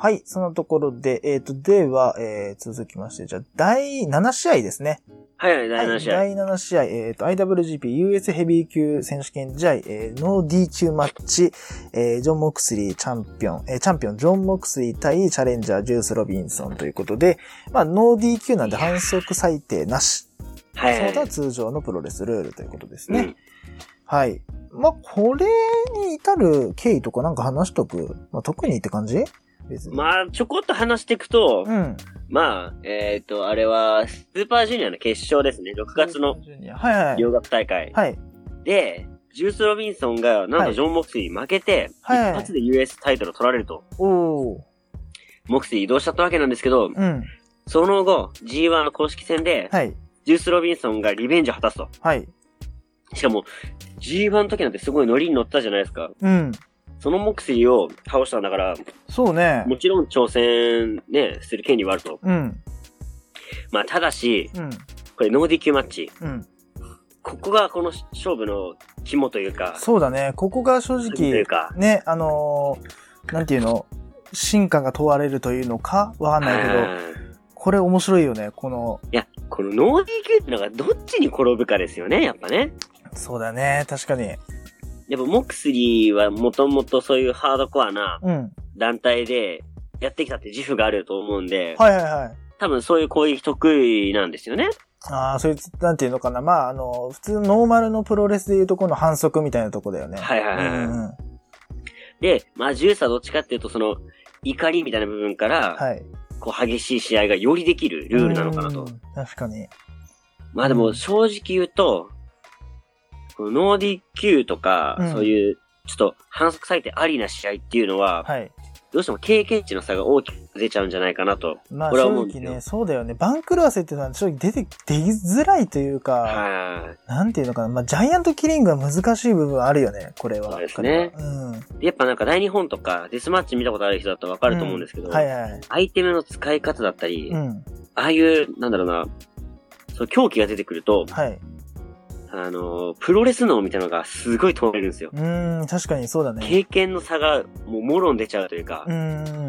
はい、そのところで、では、続きまして、じゃあ、第7試合ですね。 はい、第7試合。 第7試合、IWGP US ヘビー級選手権試合、ノー DQ マッチ、ジョン・モクスリーチャンピオンジョン・モクスリー対チャレンジャージュース・ロビンソンということで、まあ、ノー DQ なんで反則裁定なし。はい。それが通常のプロレスルールということですね。うん、はい。まあ、これに至る経緯とかなんか話しとく。まあ、特にって感じ？ まあ、ちょこっと話していくと、うん。まあ、あれは、スーパージュニアの決勝ですね。6月の両学大会。はい。で、ジュース・ロビンソンが、なんとジョン・モクスリーに負けて、はい、一発で US タイトルを取られると。おー。モクスリー移動しちゃったわけなんですけど、うん。その後、G1 の公式戦で、はい。ジュース・ロビンソンがリベンジを果たすと。はい。しかも、G1 の時なんてすごいノリに乗ったじゃないですか。うん。そのモクスリーを倒したんだから、 そうね。 もちろん挑戦ね、する権利はあると。うん。まあ、ただし、うん、これノーディキューマッチ。うん。ここがこの勝負の肝というか。 そうだね。ここが正直、というかね、なんていうの、進化が問われるというのかわかんないけど、これ面白いよね、この。 いや、このノーディキューってのがどっちに転ぶかですよね、やっぱね。 そうだね、確かに。 やっぱモクスリーはもともとそういうハードコアな団体でやってきたって自負があると思うんで、はいはいはい。多分そういう攻撃得意なんですよね。 ああ、そういう、なんていうのかな。まあ、普通ノーマルのプロレスでいうとこの反則みたいなとこだよね。 はいはいはい。うんうん、で、まあ、ジュースはどっちかっていうとその怒りみたいな部分から、はい。こう激しい試合がよりできるルールなのかなと。 確かに。 まあでも正直言うと、このノーディキューとか、そういう、ちょっと反則裁定ありな試合っていうのは、はい。どうしても経験値の差が大きく出ちゃうんじゃないかなと。 まあ、正直ね、そうだよね。番狂わせっていうのは正直出づらいというか、はい。なんていうのかな。まあ、ジャイアントキリングは難しい部分あるよね、これは。 そうですね。うん。やっぱなんか大日本とかデスマッチ見たことある人だとわかると思うんですけど、はいはい。アイテムの使い方だったり、ああいう、なんだろうな、そう狂気が出てくると、はい。プロレス脳みたいなのがすごい問われるんですよ。 確かにそうだね。 経験の差がもうもろん出ちゃうというか。うん。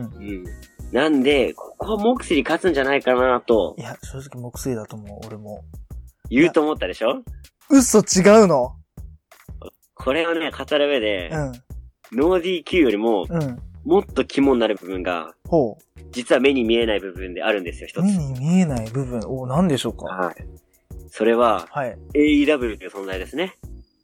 なんで、ここはモクスリー勝つんじゃないかなと。 いや、正直モクスリーだと思う、俺も。 言うと思ったでしょ？ 嘘違うの？ これをね、語る上で、ノー DQ よりも、もっと肝になる部分が、実は目に見えない部分であるんですよ、一つ。 目に見えない部分？何でしょうか？はい。 それは、はい、AEW という存在ですね。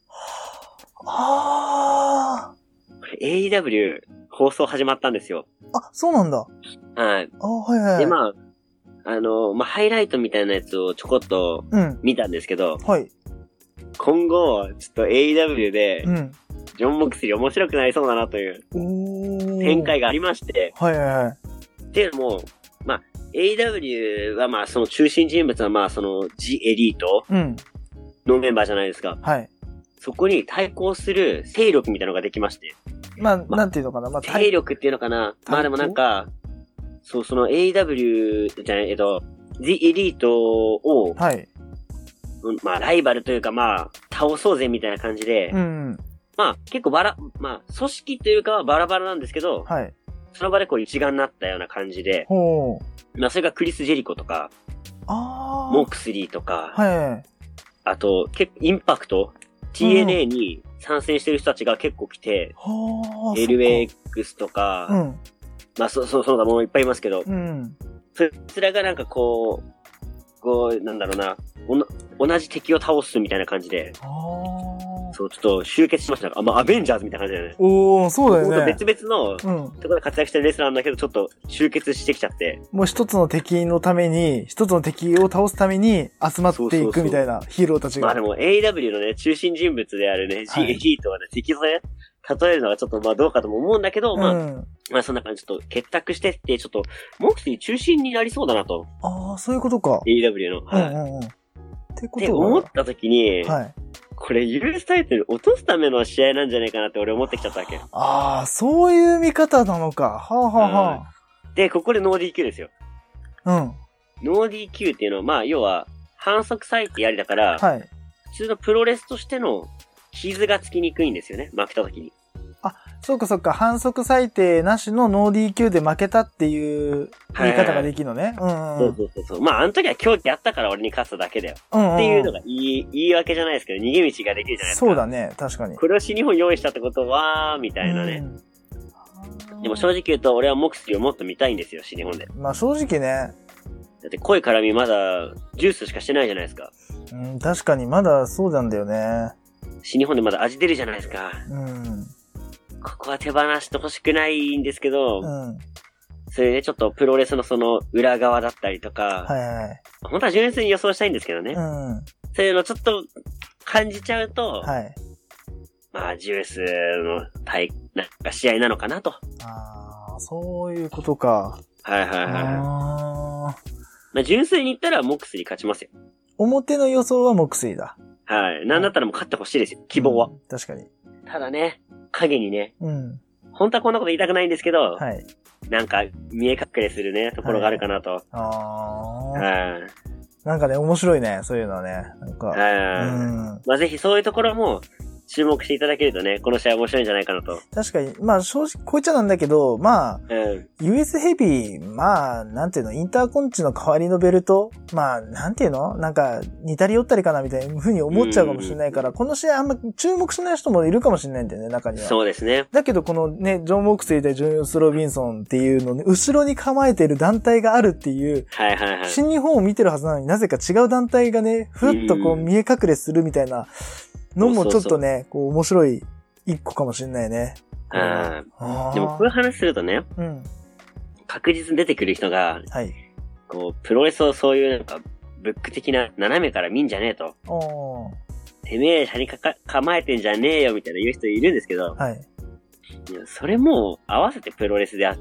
ああ。 これ AEW 放送始まったんですよ。 あ、そうなんだ。 はい。 はいはい。 で、まあ、ハイライトみたいなやつをちょこっと見たんですけど、はい。今後、ちょっと AEW で、ジョン・モクスリー面白くなりそうだなという展開がありまして、はいはいはい。っていうのも、まあ、AEW はまあその中心人物はまあその G エリートのメンバーじゃないですか。はい。そこに対抗する勢力みたいなのができまして。 まあ、なんていうのかな。まあ、 勢力っていうのかな。まあでもなんか、そう、その AEW じゃない、G エリートを、はい。まあライバルというかまあ、倒そうぜみたいな感じで、まあ結構まあ組織というかはバラバラなんですけど、はい。その場でこう一丸になったような感じで、まあそれがクリス・ジェリコとか、モークスリーとか、はい。あと、インパクト、TNA に参戦してる人たちが結構来て、LX とか、まあそうだものいっぱいいますけど、そいつらがなんかこう、なんだろうな、同じ敵を倒すみたいな感じで、そう、ちょっと集結しました。アベンジャーズみたいな感じだよね。 そうだよね。 別々の、ところで活躍してるレスラーなんだけど、ちょっと集結してきちゃって。 もう一つの敵のために、一つの敵を倒すために集まっていくみたいなヒーローたちが。 まあでも AEW のね、中心人物であるね、G エリートはね、敵とね、例えるのはちょっとまあどうかとも思うんだけど、まあそんな感じちょっと結託してって、ちょっと、モクスリー中心になりそうだなと。 そういうことか。 AEW の。はい。って思った時に、はい。これ、ユースタイトル落とすための試合なんじゃないかなって俺思ってきちゃったわけ。 そういう見方なのか。はあ。で、ここでノー DQ ですよ。ノー DQ っていうのは、まあ、要は、反則裁定ありだから、はい。普通のプロレスとしての傷がつきにくいんですよね。負けた時に。 そうかそうか、反則裁定なしのノー DQ で負けたっていう言い方ができるのね。 そう。まあ、あの時は狂気あったから俺に勝つだけだよ。っていうのが言い訳じゃないですけど、逃げ道ができるじゃないですか。 そうだね、確かに。 これを新日本用意したってことは、みたいなね。でも正直言うと、俺はモクスリーをもっと見たいんですよ、新日本で。 まあ正直ね。 だって濃い絡みまだ、ジュースしかしてないじゃないですか。 確かにまだそうなんだよね。 新日本でまだ味出るじゃないですか。ここは手放してほしくないんですけど、それでちょっとプロレスのその裏側だったりとか、本当は純粋に予想したいんですけどね。そういうのちょっと感じちゃうと、まあジュースのなんか試合なのかなと。 ああ、そういうことか。 まあ純粋に言ったらモックスに勝ちますよ。 表の予想はモックスリーだ。 なんだったらもう勝ってほしいですよ。希望は。 確かに。 ただね、影にね、本当はこんなこと言いたくないんですけど、なんか見え隠れするね、ところがあるかなと。 なんかね、面白いね、そういうのはね。なんか。 まあぜひそういうところも、注目していただけるとね、この試合面白いんじゃないかなと。 確かに、まあ正直こう言っちゃなんだけど、まあ、US ヘビー、まあ、なんていうの、インターコンチの代わりのベルト、まあ、なんていうのなんか、似たり寄ったりかなみたいな風に思っちゃうかもしれないから、この試合あんま注目しない人もいるかもしれないんだよね、中には。 そうですね。 だけどこのね、ジョン・モックスリー対ジョン・スロビンソンっていうのね、後ろに構えてる団体があるっていう、新日本を見てるはずなのになぜか違う団体がね、ふっとこう見え隠れするみたいな、のもちょっとね、こう面白い一個かもしれないね。 でもこういう話するとね、確実に出てくる人が、こう、プロレスをそういうなんか、ブック的な斜めから見んじゃねえと。てめえ、車に構えてんじゃねえよみたいな言う人いるんですけど、いやそれも合わせてプロレスであって、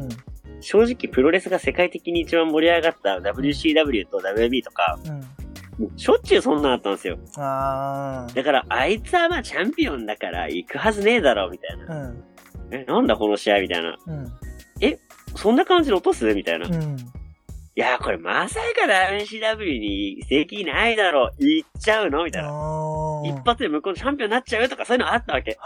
正直プロレスが世界的に一番盛り上がった WCW と WB とか、しょっちゅうそんなんあったんですよ。だからあいつはまあチャンピオンだから行くはずねえだろみたいな。なんだこの試合みたいな。そんな感じで落とすみたいな。いやこれまさか WCW に席ないだろ行っちゃうのみたいな。一発で向こうのチャンピオンになっちゃうとかそういうのあったわけ。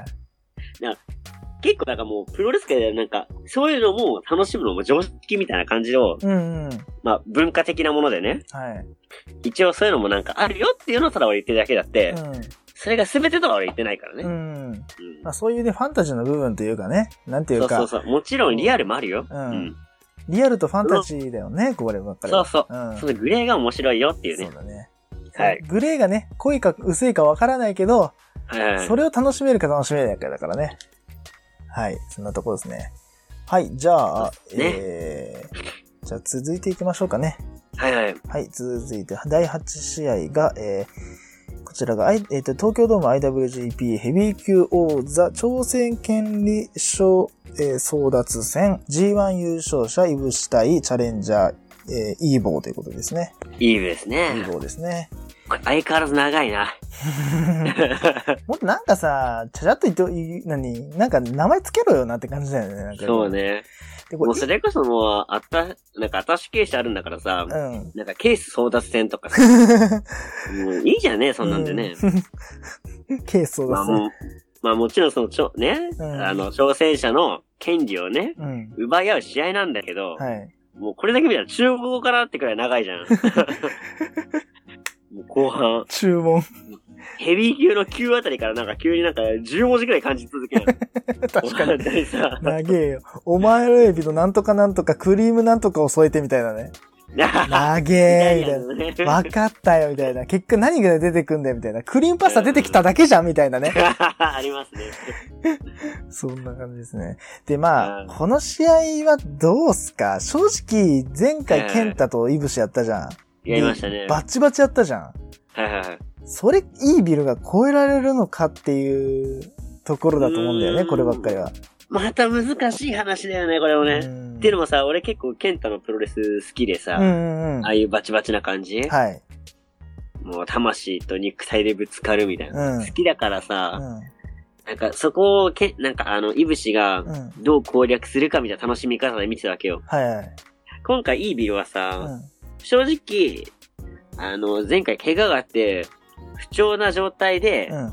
結構なんかもうプロレス界でなんかそういうのも楽しむのも常識みたいな感じの、まあ文化的なものでね、一応そういうのもなんかあるよっていうのをただ俺言ってるだけだって、それが全てとは俺言ってないからね。 まあ、そういうねファンタジーの部分というかね、なんていうか、 そうもちろんリアルもあるよ。 リアルとファンタジーだよね、こればっかり。 そのグレーが面白いよっていうね。 そうだね。グレーがね濃いか薄いかわからないけど、それを楽しめるか楽しめないかだからね。そんなところですね。じゃあ、じゃあ続いていきましょうかね。続いて、第8試合が、こちらが、東京ドーム IWGP ヘビー級王座挑戦権利賞、争奪戦 G1 優勝者イブシ対チャレンジャー、イーボーということですね。 イーボーですね。 イーボーですね。 これ相変わらず長いな。 もっとなんかさ、ちゃちゃっと言って、なんか名前つけろよなって感じだよね。なんかそうね。もうそれこそもう、なんかアタッシュケースあるんだからさ、なんかケース争奪戦とかさ、もういいじゃんね、そんなんでね。 ケース争奪戦。 まあもちろんその挑戦者の権利をね、奪い合う試合なんだけど、もうこれだけ見たら中国語かなってくらい長いじゃん。もう後半。 注文。 ヘビー級の9あたりからなんか急になんか10文字くらい感じ続ける。 確かに。長えよ。お前のエビのなんとかなんとかクリームなんとかを添えてみたいなね。長えみたいな。わかったよみたいな。結果何が出てくんだよみたいな。クリームパスタ出てきただけじゃんみたいなね。 ありますね。 そんな感じですね。で、まあ、この試合はどうすか？正直、前回ケンタとイブシやったじゃん。 やりましたね。 バチバチやったじゃん。それ、いいビルが超えられるのかっていうところだと思うんだよね、こればっかりは。 また難しい話だよね、これもね。っていうのもさ、俺結構ケンタのプロレス好きでさ、ああいうバチバチな感じ、もう魂と肉体でぶつかるみたいな。好きだからさ、なんかそこをなんかイブシがどう攻略するかみたいな楽しみ方で見てたわけよ。今回いいビルはさ、正直、前回怪我があって、不調な状態で、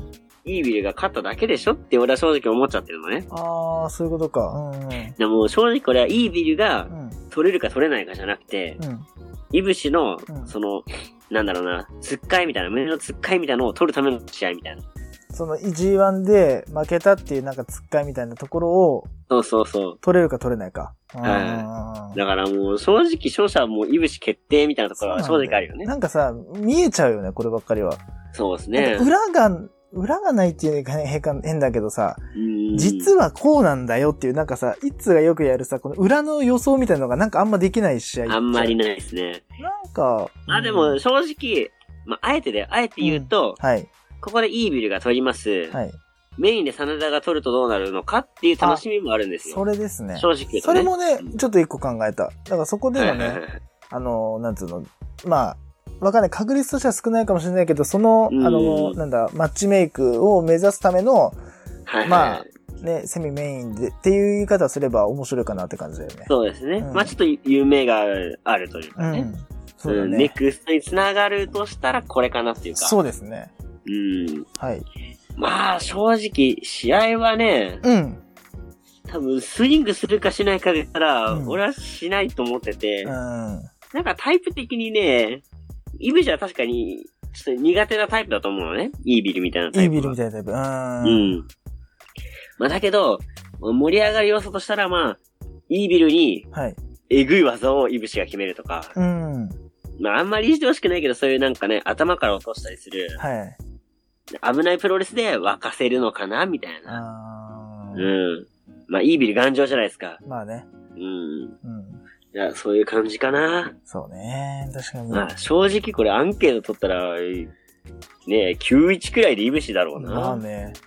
イービルが勝っただけでしょって俺は正直思っちゃってるのね。 ああ、そういうことか。うんうん。 でも正直これはイービルが取れるか取れないかじゃなくて、イブシの、なんだろうな、つっかいみたいな、胸のつっかいみたいなのを取るための試合みたいな。 その G1 で負けたっていうなんかつっかいみたいなところを、取れるか取れないか。 だからもう正直勝者はもうイブシ決定みたいなところは正直あるよね。 なんかさ、見えちゃうよね、こればっかりは。 そうですね。 裏がないっていうか変だけどさ、実はこうなんだよっていう、なんかさ、イッツがよくやるさ、この裏の予想みたいなのがなんかあんまできない試合。 あんまりないですね。 なんか、 でも正直、あえて言うと、 はい。 ここでイービルが取ります。 はい。 メインで真田が取るとどうなるのかっていう楽しみもあるんですよ。 それですね。 正直言うとね。 それもね、ちょっと一個考えた。だからそこではね、なんつうの、わかんない。確率としては少ないかもしれないけど、その、マッチメイクを目指すための、セミメインでっていう言い方をすれば面白いかなって感じだよね。 そうですね。ちょっと夢があるというかね。そうだね。ネクストに繋がるとしたらこれかなっていうか。 そうですね。はい。 正直、試合はね、多分スイングするかしないかで言ったら、俺はしないと思ってて、なんかタイプ的にね、イブジは確かに、ちょっと苦手なタイプだと思うのね。イービルみたいなタイプ。 イービルみたいなタイプ。 だけど、盛り上がる要素としたらイービルに、えぐい技をイブシが決めるとか。あんまりしてほしくないけど、そういうなんかね、頭から落としたりする。危ないプロレスで沸かせるのかなみたいな。イービル頑丈じゃないですか。いや、そういう感じかな。 そうね。確かに。 正直これアンケート取ったら、ね、91くらいでイブシだろうな。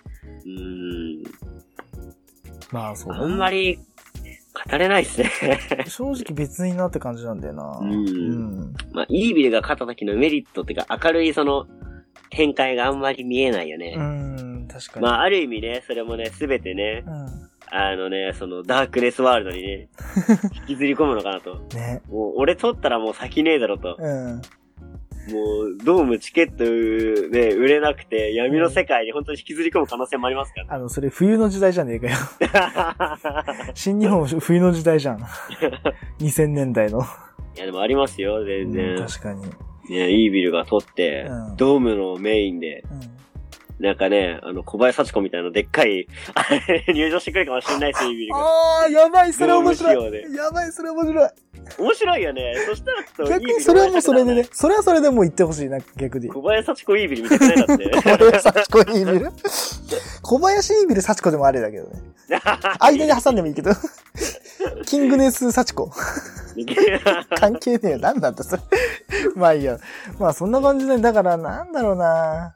そうあんまり語れないっすね。 正直別になって感じなんだよな。 イービルが勝った時のメリットっていうか、明るいその、展開があんまり見えないよね。 確かに。 ある意味ね、それもね、すべてね、そのダークネスワールドにね、引きずり込むのかなと。ね。もう、俺取ったらもう先ねえだろと。もう、ドームチケットね、売れなくて、闇の世界に本当に引きずり込む可能性もありますから、 それ冬の時代じゃねえかよ。新日本冬の時代じゃん。2000年代の。 いや、でもありますよ、全然。 確かに。 ね、イービルが取って、ドームのメインで、なんかね、小林幸子みたいなでっかい、入場してくるかもしれないです、イービルが。 やばい、それ面白い。やばい、それ面白い。 面白いよね。そしたら逆にそれはもうそれでね、それはそれでもう言ってほしいな、逆に。 小林幸子イービル見たくないだって。 小林幸子イービル小林イービル幸子でもあれだけどね。間に挟んでもいいけど。キングネス幸子。関係ねえよ。なんだったそれ。いいや。そんな感じで、だからなんだろうな。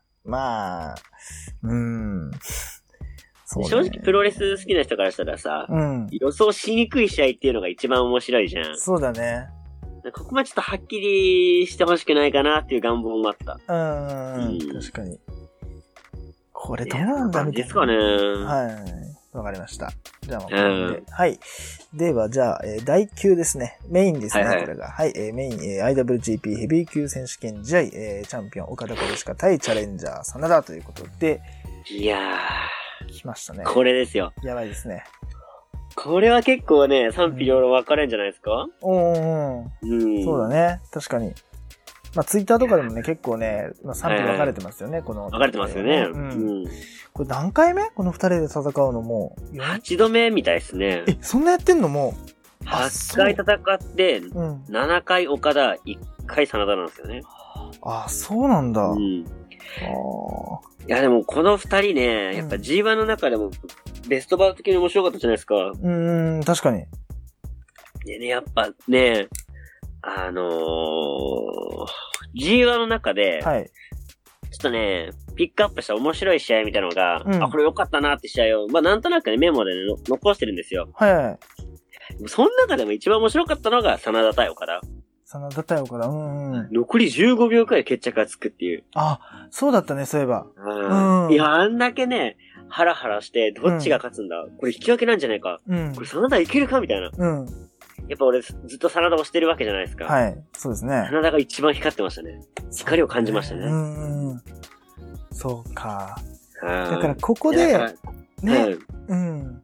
正直プロレス好きな人からしたらさ、予想しにくい試合っていうのが一番面白いじゃん。 そうだね。 ここはちょっとはっきりしてほしくないかなっていう願望もあった。 確かに。これどうなんだみたいな。 ですかね。 わかりました。じゃあはい。では、じゃあ、第9ですね。メインですね、これが。はい、メイン、IWGP ヘビー級選手権試合、チャンピオン岡田小石対チャレンジャー真田ということで。 いやー。来ましたね。 これですよ。 やばいですね。 これは結構ね、賛否両論分かれんじゃないですか？ そうだね。確かに。ツイッターとかでもね、結構ね、賛否分かれてますよね、この。 分かれてますよね。 これ何回目？この2人で戦うのもう。 8度目みたいですね。 そんなやってんのもう。 8回戦って、7回岡田、1回真田なんですよね。 そうなんだ。 いやでもこの2人ね、やっぱ G1 の中でもベストバウト的に面白かったじゃないですか。 確かに。 でね、やっぱね、G1 の中で、ちょっとね、ピックアップした面白い試合みたいなのが、これ良かったなって試合を、なんとなくね、メモでね、残してるんですよ。その中でも一番面白かったのが、真田対岡田。 真田対岡田。 残り15秒くらい決着がつくっていう。 そうだったね、そういえば。 いや、あんだけね、ハラハラして、どっちが勝つんだ、これ引き分けなんじゃないか、これ真田いけるかみたいな。やっぱ俺ずっと真田をしてるわけじゃないですか。 そうですね。 真田が一番光ってましたね。光を感じましたね。 そうか。 だからここで、ね、うん。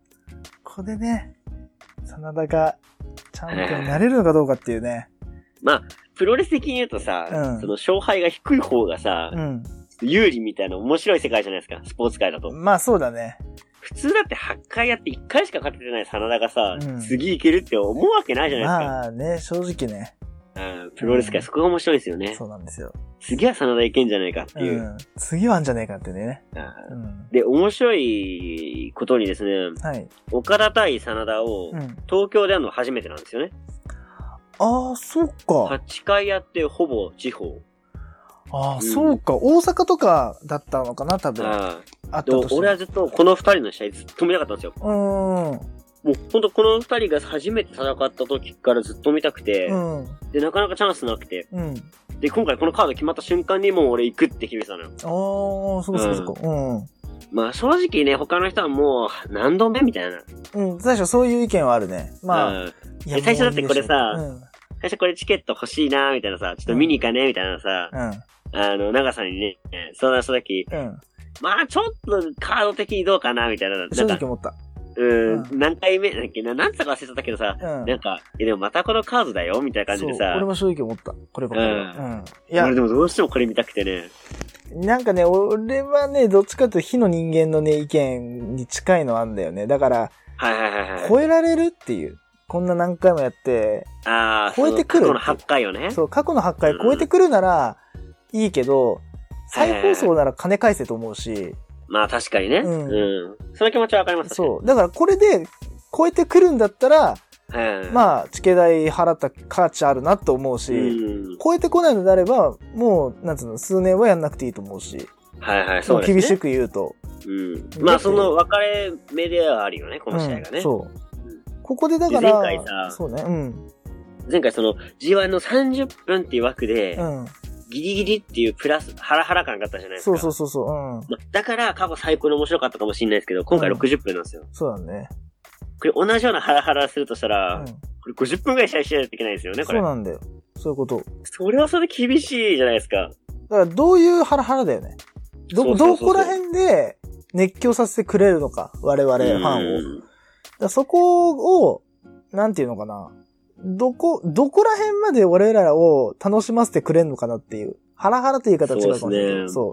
ここでね、真田がチャンピオンになれるのかどうかっていうね。 まあ、プロレス的に言うとさ、その勝敗が低い方がさ、有利みたいな面白い世界じゃないですか、スポーツ界だと。 まあそうだね。 普通だって8回やって1回しか勝ててない真田がさ、次いけるって思うわけないじゃないですか。 まあね、正直ね。 プロレス界そこが面白いですよね。 そうなんですよ。 次は真田いけんじゃないかっていう。 次はあんじゃねえかってね。 で、面白いことにですね、岡田対真田を東京でやるの初めてなんですよね。 ああ、そっか。 8回やってほぼ地方。 ああ、そうか。大阪とかだったのかな、多分。あったとして。 俺はずっとこの2人の試合ずっと見たかったんですよ。もうほんとこの2人が初めて戦った時からずっと見たくて、で、なかなかチャンスなくて、で、今回このカード決まった瞬間にもう俺行くって決めてたのよ。 ああ、そうかそうか。 まあ正直ね、他の人はもう何度目みたいな。 最初そういう意見はあるね。まあ。 最初だってこれさ、最初これチケット欲しいなみたいなさ、ちょっと見に行かねみたいなさ、長さんにね、相談した時、まあちょっとカード的にどうかなみたいな。 正直思った。 何回目だっけな、何つか忘れてたけどさ、なんか、でもまたこのカードだよみたいな感じでさ。 俺も正直思った。こればっかりは。 いや、俺でもどうしてもこれ見たくてね。 なんかね、俺はね、どっちかというと火の人間のね、意見に近いのあんだよね。だから、超えられるっていう。こんな何回もやって、超えてくる。 過去の8回よね。 そう、過去の8回超えてくるならいいけど、再放送なら金返せと思うし。 まあ確かにね。その気持ちはわかります。 そう。だからこれで超えてくるんだったら、まあ、チケ代払った価値あるなと思うし、超えてこないのであれば、もう、なんつうの、数年はやんなくていいと思うし。そうですね。厳しく言うと。 まあ、その分かれ目ではあるよね、この試合がね。 そう。ここでだから、 前回さ、 そうね、 前回その G1 の30分っていう枠で、ギリギリっていうプラス、ハラハラ感があったじゃないですか。 そう。 だから過去最高に面白かったかもしれないですけど、今回60分なんですよ。 そうだね。 これ同じようなハラハラするとしたら、これ50分ぐらい試合しないといけないですよね、これ。 そうなんだよ。そういうこと。 それはそれで厳しいじゃないですか。 だからどういうハラハラだよね。どこら辺で熱狂させてくれるのか、我々ファンを。そこを、なんていうのかな。どこら辺まで俺らを楽しませてくれるのかなっていう。ハラハラって言い方違うかもしれないけど、そう。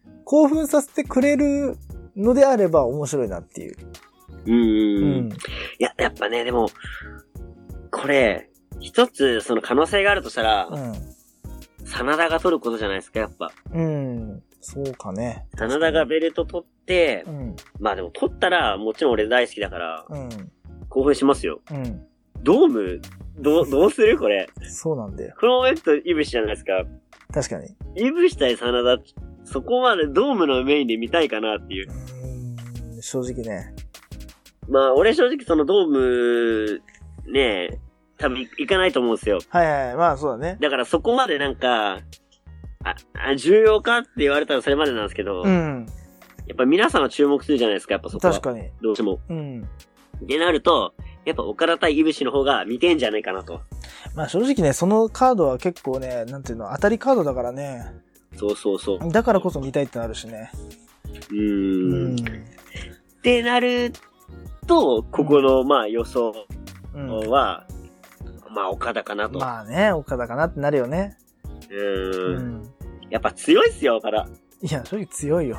興奮させてくれるのであれば面白いなっていう。 いや、やっぱね、でも、これ、一つその可能性があるとしたら、真田が取ることじゃないですか、やっぱ。 そうかね。 真田がベルト取って、まあでも取ったら、もちろん俺大好きだから、興奮しますよ。ドーム、どうするこれ。 そうなんだよ。 クローンエクとイブシじゃないですか。 確かに。 イブシ対真田、そこまでドームのメインで見たいかなっていう。 正直ね。 まあ、俺正直そのドーム、ね、多分行かないと思うんですよ。 まあそうだね。 だからそこまでなんか、重要かって言われたらそれまでなんですけど、やっぱ皆さんは注目するじゃないですか、やっぱそこは。 確かに。 どうしても。ってなると、やっぱ岡田対イブシの方が見てんじゃないかなと。 まあ正直ね、そのカードは結構ね、なんていうの、当たりカードだからね。 そう。 だからこそ見たいってなるしね。 ってなると、ここの、まあ予想は、まあ岡田かなと。 まあね、岡田かなってなるよね。 やっぱ強いっすよ、岡田。 いや、正直強いよ。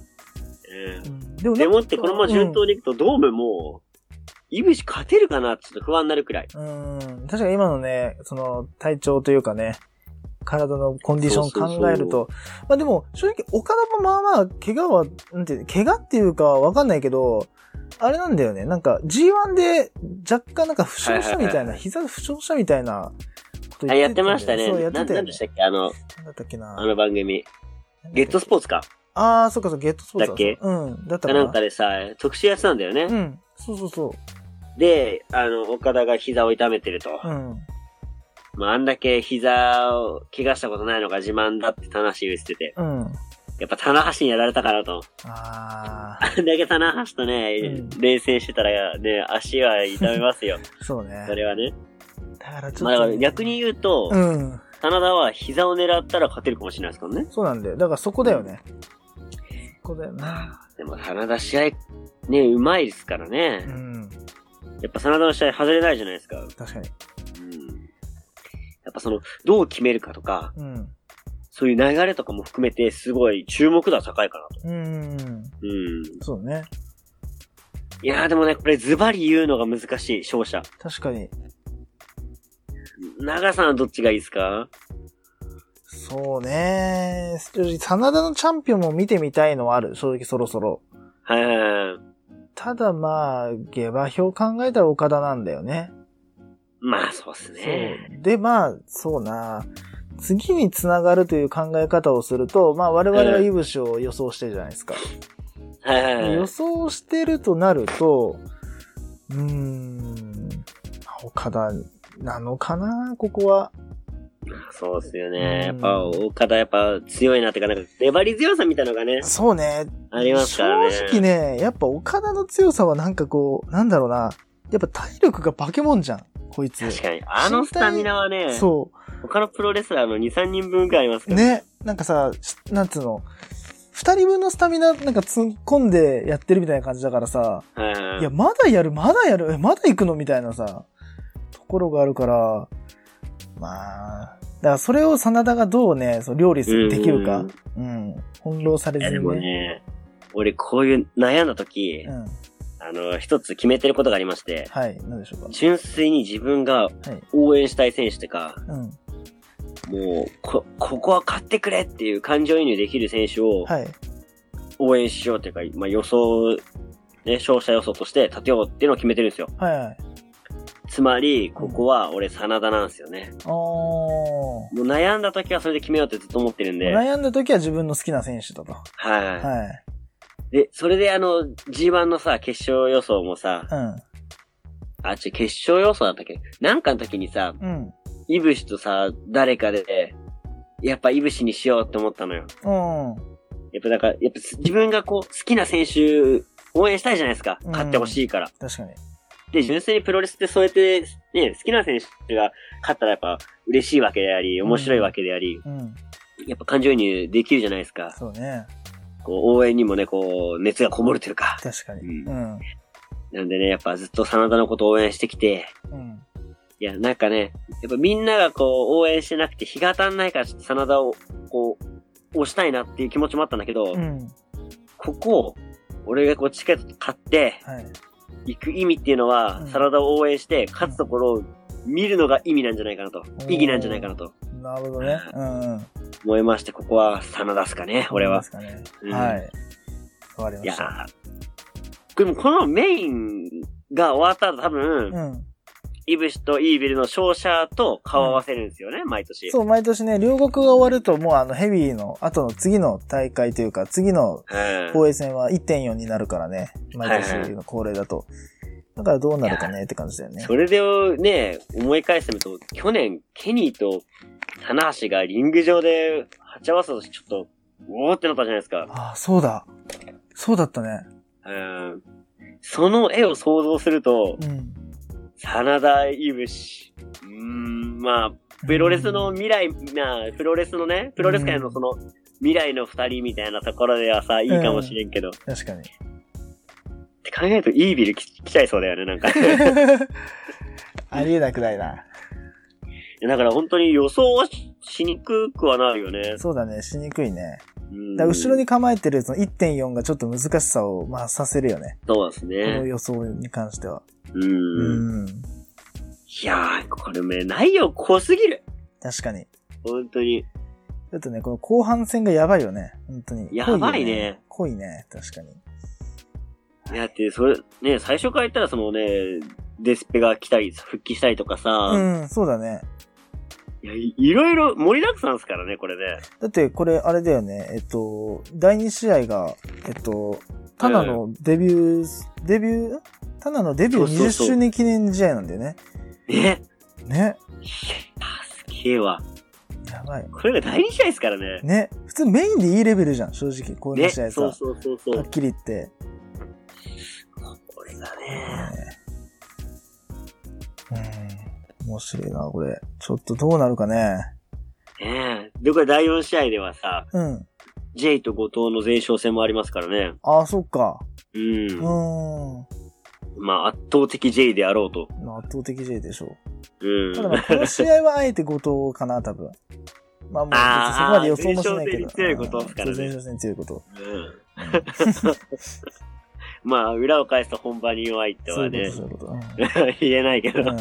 でもってこのまま順当にいくと、ドームも、イブシ勝てるかなってちょっと不安になるくらい。 確かに今のね、その体調というかね、体のコンディション考えると、まあでも正直岡田もまあまあ怪我はなんて怪我っていうかわかんないけど、あれなんだよね。なんか G1 で若干なんか負傷したみたいな、膝で負傷したみたいなこと言ってた、 やってましたね。 そうやってたよね。 何でしたっけなんだったっけな。 あの番組。ゲットスポーツか。 ああ、そっかゲットスポーツだっけ。 だったかな。 なんかでさ特殊やつなんだよね。 そう。 で、岡田が膝を痛めてると。まあ、あんだけ膝を怪我したことないのが自慢だって棚橋言ってて。やっぱ棚橋にやられたかなと。あんだけ棚橋とね、冷戦してたらね、足は痛めますよ。 そうね。 それはね。 だからちょっと、 まあだから逆に言うと、真田は膝を狙ったら勝てるかもしれないですからね。 そうなんだよ。だからそこだよね。 こだよな。 でも、真田試合、ね、うまいですからね。 うん。 やっぱ真田の試合外れないじゃないですか。 確かに。 うん。やっぱどう決めるかとか、 うん。 そういう流れとかも含めて、すごい注目度は高いかなと。そうね。 いやーでもね、これズバリ言うのが難しい、勝者。 確かに。 長さんはどっちがいいですか？ そうね。真田のチャンピオンも見てみたいのはある。正直そろそろ。 はいはいはい。 ただまあ、下馬評考えたら岡田なんだよね。 まあそうっすね。 そう。でまあ、そうな。次に繋がるという考え方をすると、まあ我々はいぶしを予想してるじゃないですか。 はいはいはい。 予想してるとなると、岡田なのかな、ここは。 そうっすよね。やっぱ、岡田やっぱ強いなってか、なんか、粘り強さみたいなのがね。 そうね。 ありますからね。 正直ね、やっぱ岡田の強さはなんかこう、なんだろうな。やっぱ体力が化け物じゃん、こいつ。 確かに。あのスタミナはね、 そう。 他のプロレスラーの2、3人分くらいありますからね。なんかさ、なんつうの、2人分のスタミナなんか突っ込んでやってるみたいな感じだからさ、いや、まだやる、まだ行くのみたいなさ、ところがあるから、まあ、だからそれを真田がどうね、料理できるか、翻弄されずにね。 でもね、俺こういう悩んだ時、一つ決めてることがありまして、 はい、何でしょうか。 純粋に自分が応援したい選手とか、もう、ここは勝ってくれっていう感情移入できる選手を、応援しようというか、まあ予想、ね、勝者予想として立てようっていうのを決めてるんですよ。 はいはい。 つまり、ここは俺、真田なんですよね。もう悩んだ時はそれで決めようってずっと思ってるんで。 悩んだ時は自分の好きな選手だと。 はい。はい。で、それでG1 のさ、決勝予想もさ、決勝予想だったっけ？なんかの時にさ、イブシとさ、誰かで、やっぱイブシにしようって思ったのよ。やっぱ自分がこう、好きな選手、応援したいじゃないですか。勝ってほしいから。 確かに。 で、純粋にプロレスってそうやって、ね、好きな選手が勝ったらやっぱ嬉しいわけであり、面白いわけであり、やっぱ感情移入できるじゃないですか。 そうね。 こう、応援にもね、こう、熱がこもるというか。 確かに。 なんでね、やっぱずっと真田のことを応援してきて、いや、なんかね、やっぱみんながこう、応援してなくて日が当たんないから、ちょっと真田を、こう、押したいなっていう気持ちもあったんだけど、ここ、俺がこう、チケット買って、行く意味っていうのは、真田を応援して、勝つところを見るのが意味なんじゃないかなと。意義なんじゃないかなと。 なるほどね。 思いまして、ここは真田っすかね、俺は。 ですかね。はい。わかりました。いやでもこのメインが終わった後多分、イブシとイービルの勝者と顔合わせるんですよね、毎年。 そう、毎年ね、両国が終わるともうヘビーの後の次の大会というか、次の防衛戦は 1.4 になるからね。毎年の恒例だと。だからどうなるかねって感じだよね。 それでね、思い返してみると、去年、ケニーと棚橋がリング上で鉢合わせたとちょっと、おーってなったじゃないですか。 ああ、そうだ。そうだったね。 その絵を想像すると、真田イブシ。まあ、プロレスの未来、プロレスのね、プロレス界のその未来の二人みたいなところではさ、いいかもしれんけど。 確かに。 って考えるとイービル来ちゃいそうだよね、なんか。 ありえなくないな。 だから本当に予想はしにくくはなるよね。 そうだね、しにくいね。だ後ろに構えてるその 1.4 がちょっと難しさをさせるよね。 そうですね。 この予想に関しては。 いやー、これね、内容濃すぎる。 確かに。 本当に。 ちょっとね、この後半戦がやばいよね。本当に。 やばいね。 濃いね、確かに。 いや、ってそれ、ね、最初から言ったらそのね、デスペが来たり、復帰したりとかさ。 そうだね。 いや、いろいろ盛りだくさんですからね、これね。 だってこれあれだよね、第2試合が、タナのデビュータナのデビュー20周年記念試合なんだよね。 ね。 ね。 すげえわ。 やばい。 これが第2試合ですからね。 ね。普通メインでいいレベルじゃん、正直。こういう試合さ。 そう。 はっきり言って。 これがね。 面白いな、これ。ちょっとどうなるかね。 で、これ第4試合ではさ、 J と後藤の前哨戦もありますからね。 ああ、そっか。 まあ、圧倒的 J であろうと。 圧倒的 J でしょう。ただまあ、この試合はあえて後藤かな、多分。まあもう、そこまで予想もしないけど。 前哨戦に強いことですからね。 前哨戦に強いこと。 まあ、裏を返すと本番に弱いってはね。そういうこと。言えないけど。い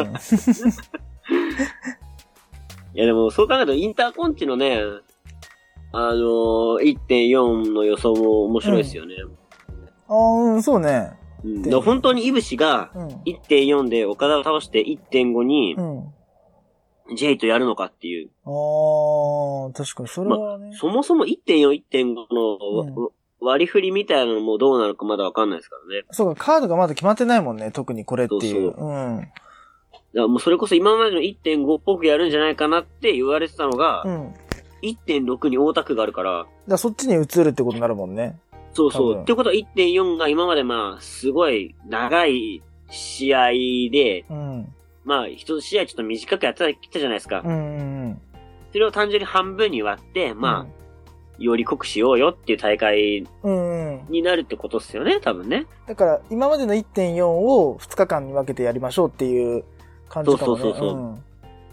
やでも、そう考えるとインターコンチのね、1.4 の予想も面白いですよね。 そうね。 本当にイブシが 1.4 で岡田を倒して 1.5 に J とやるのかっていう。 確かにそれはね。 そもそも 1.4、1.5 の割り振りみたいなのもどうなるかまだわかんないですからね。 そうか、カードがまだ決まってないもんね、特にこれっていう。 だからもうそれこそ今までの 1.5 っぽくやるんじゃないかなって言われてたのが、1.6 に大田区があるから。 そっちに移るってことになるもんね。 そうそう。ってことは 1.4 が今までまあ、すごい長い試合で、まあ、一試合ちょっと短くやってきたじゃないですか。それを単純に半分に割って、まあ、より濃くしようよっていう大会になるってことですよね、多分ね。 だから、今までの 1.4 を2日間に分けてやりましょうっていう感じかもね。 そう。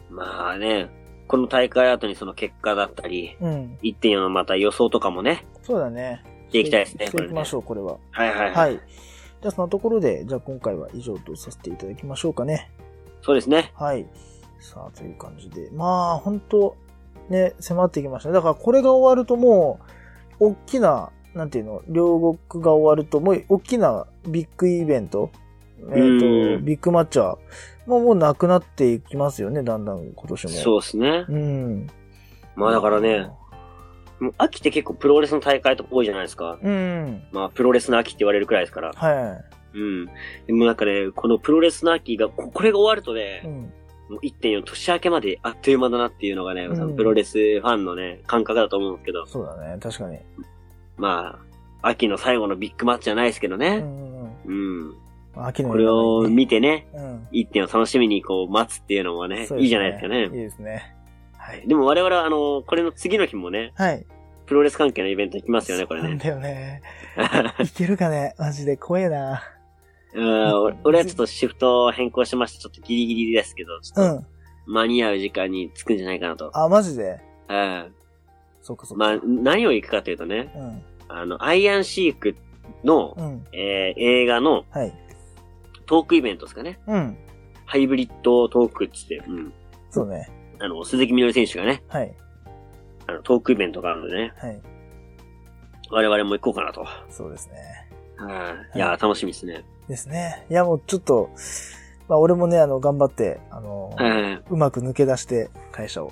まあね、この大会後にその結果だったり、1.4 のまた予想とかもね。 そうだね。 していきたいですね。 していきましょう、これは。 はい。 じゃあそのところで、じゃあ今回は以上とさせていただきましょうかね。 そうですね。 はい。さあ、という感じで。まあ、本当ね、迫ってきましたね。だからこれが終わるともう、大きな、なんていうの、両国が終わると、もう大きなビッグイベント、ビッグマッチは、もうなくなっていきますよね、だんだん今年も。 そうですね。まあだからね、秋って結構プロレスの大会とか多いじゃないですか。まあプロレスの秋って言われるくらいですから。でもなんかね、このプロレスの秋が、これが終わるとね、もう 1.4 年明けまであっという間だなっていうのがね、プロレスファンのね、感覚だと思うんですけど。 そうだね、確かに。 まあ、秋の最後のビッグマッチじゃないですけどね。 秋のこれを見てね、1.4 楽しみにこう待つっていうのもね、いいじゃないですかね。 いいですね。 でも我々はこれの次の日もね、プロレス関係のイベント行きますよね、これね。 なんだよね。いけるかね、マジで怖えな。 俺はちょっとシフト変更しました。ちょっとギリギリですけど、ちょっと間に合う時間に着くんじゃないかなと。 マジで？ そうか。まあ、何を行くかというとね、アイアンシークの、映画の、トークイベントですかね。ハイブリッドトークっつって、 そうね。 鈴木みのり選手がね、トークイベントがあるのでね、我々も行こうかなと。 そうですね。 いや、楽しみですね。 ですね。いや、もうちょっと、まあ俺もね、頑張って、うまく抜け出して、会社を。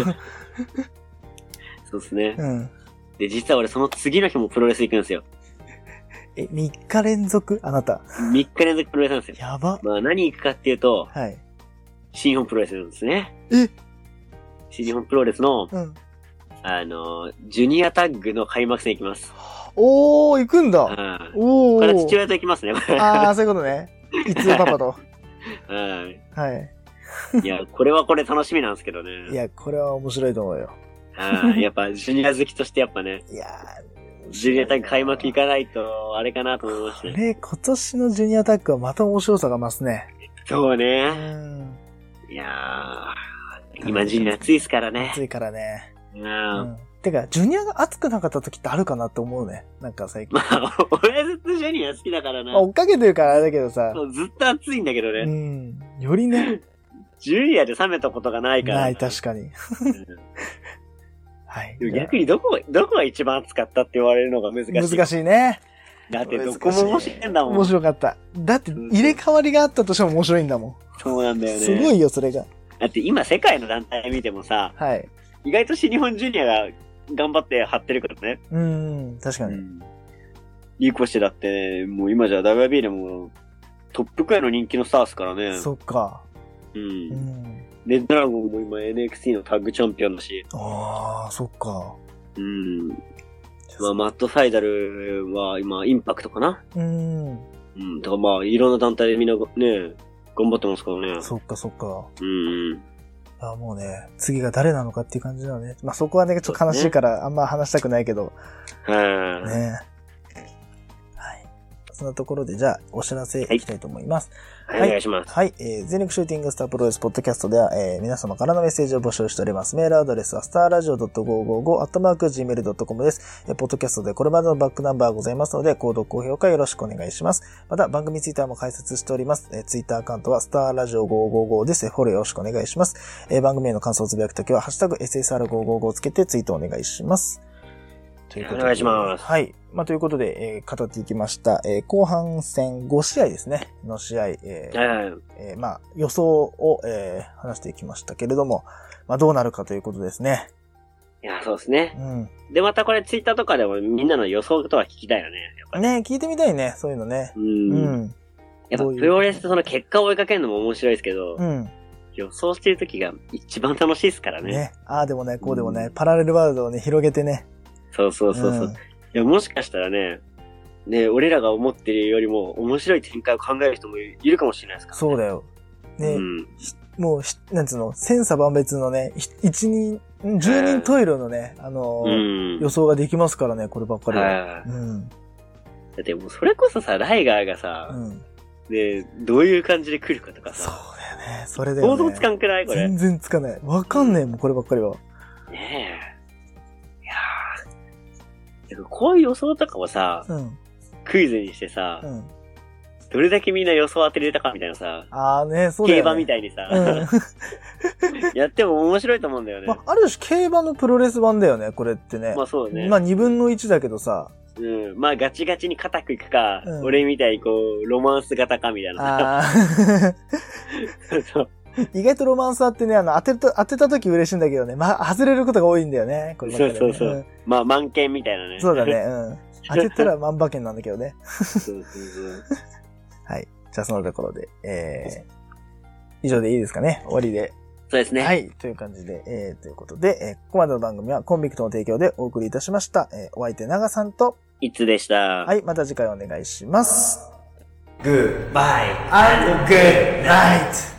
そうですね。で、実は俺その次の日もプロレス行くんですよ。 3日連続あなた。 3日連続プロレスなんですよ。 やば。 まあ何行くかっていうと、新日本プロレスなんですね。新日本プロレスの、ジュニアタッグの開幕戦行きます。 行くんだ。 これは父親と行きますね。 そういうことね。いつパパと。 いや、これはこれ楽しみなんですけどね。 いや、これは面白いと思うよ。 やっぱ、ジュニア好きとしてやっぱね。 いやジュニアタッグ開幕行かないと、あれかなと思いましたね。 今年のジュニアタッグはまた面白さが増すね。 そうね。いやー、今ジュニア暑いですからね。 暑いからね。てか、ジュニアが熱くなかった時ってあるかなって思うね。なんか最近。 まあ、俺はずっとジュニア好きだからな。 追っかけてるからあれだけどさ。 ずっと熱いんだけどね。 よりね。 ジュニアで冷めたことがないから。 ない、確かに。 逆にどこが一番熱かったって言われるのが難しい。 難しいね。 だってどこも面白いんだもん。 面白かった。だって入れ替わりがあったとしても面白いんだもん。 そうなんだよね。 すごいよ、それが。 だって今世界の団体見てもさ、意外と新日本ジュニアが頑張って張ってるからね。 確かに。 いい子してだって、もう今じゃ WB でもトップくらいの人気のスターですからね。 そっか。 で、ドラゴンも今 NXT のタッグチャンピオンだし。 そっか。 まあ、マット・サイダルは今、インパクトかな。だからまあ、いろんな団体でみんなね、頑張ってますからね。 そっかそっか。 もうね、次が誰なのかっていう感じだよね。まあ、そこはね、ちょっと悲しいから、あんま話したくないけど。ね。はい。そんなところで、じゃあ、お知らせいきたいと思います。 はい、お願いします。 はい。全力シューティングスタープロレスポッドキャストでは、皆様からのメッセージを募集しております。メールアドレスは starradio.555@gmail.com です。ポッドキャストでこれまでのバックナンバーございますので、購読高評価よろしくお願いします。また、番組ツイッターも開設しております。ツイッターアカウントは starradio555 です。フォローよろしくお願いします。番組への感想をつぶやくときは、ハッシュタグ SSR555 をつけてツイートお願いします。 お願いします。 はい。まあ、ということで、語っていきました。後半戦5試合ですね。の試合、まあ、予想を、話していきましたけれども、まあ、どうなるかということですね。 いや、そうですね。うん。で、またこれツイッターとかでもみんなの予想とは聞きたいよね。やっぱりね、 聞いてみたいね。そういうのね。 うん。やっぱプロレスとその結果を追いかけるのも面白いですけど、予想してる時が一番楽しいですからね。 ね。ああでもね、こうでもね、パラレルワールドをね、広げてね。 そう。いや、もしかしたらね、俺らが思ってるよりも面白い展開を考える人もいるかもしれないですからね。 そうだよ。ね、もう、なんつうの、千差万別のね、10人トイレのね、予想ができますからね、こればっかりは。 だってもうそれこそさ、ライガーがさ、どういう感じで来るかとかさ。 そうだよね、それで、ね。 想像つかんくないこれ。 全然つかない。わかんねえもん、こればっかりは。 ねえ。こういう予想とかもさ、クイズにしてさ、どれだけみんな予想当てれたかみたいなさ、 そうだよね。 競馬みたいにさ、やっても面白いと思うんだよね。 まあ、ある種競馬のプロレス版だよね、これってね。 まあそうね。 まあ2分の1だけどさ。 まあガチガチに固くいくか、俺みたいにこう、ロマンス型かみたいなさ。 そう。意外とロマンスあってね、当てた時嬉しいんだけどね。まあ、外れることが多いんだよね。こればっかりね。 そう。まあ、満券みたいなね。 そうだね。当てたら万馬券なんだけどね。そう。はい。じゃあ、そのところで、以上でいいですかね。終わりで。 そうですね。 はい。という感じで、ということで、ここまでの番組はコンビクトの提供でお送りいたしました。お相手、長さんと、 いつでした。 はい。また次回お願いします。 Goodbye and good night!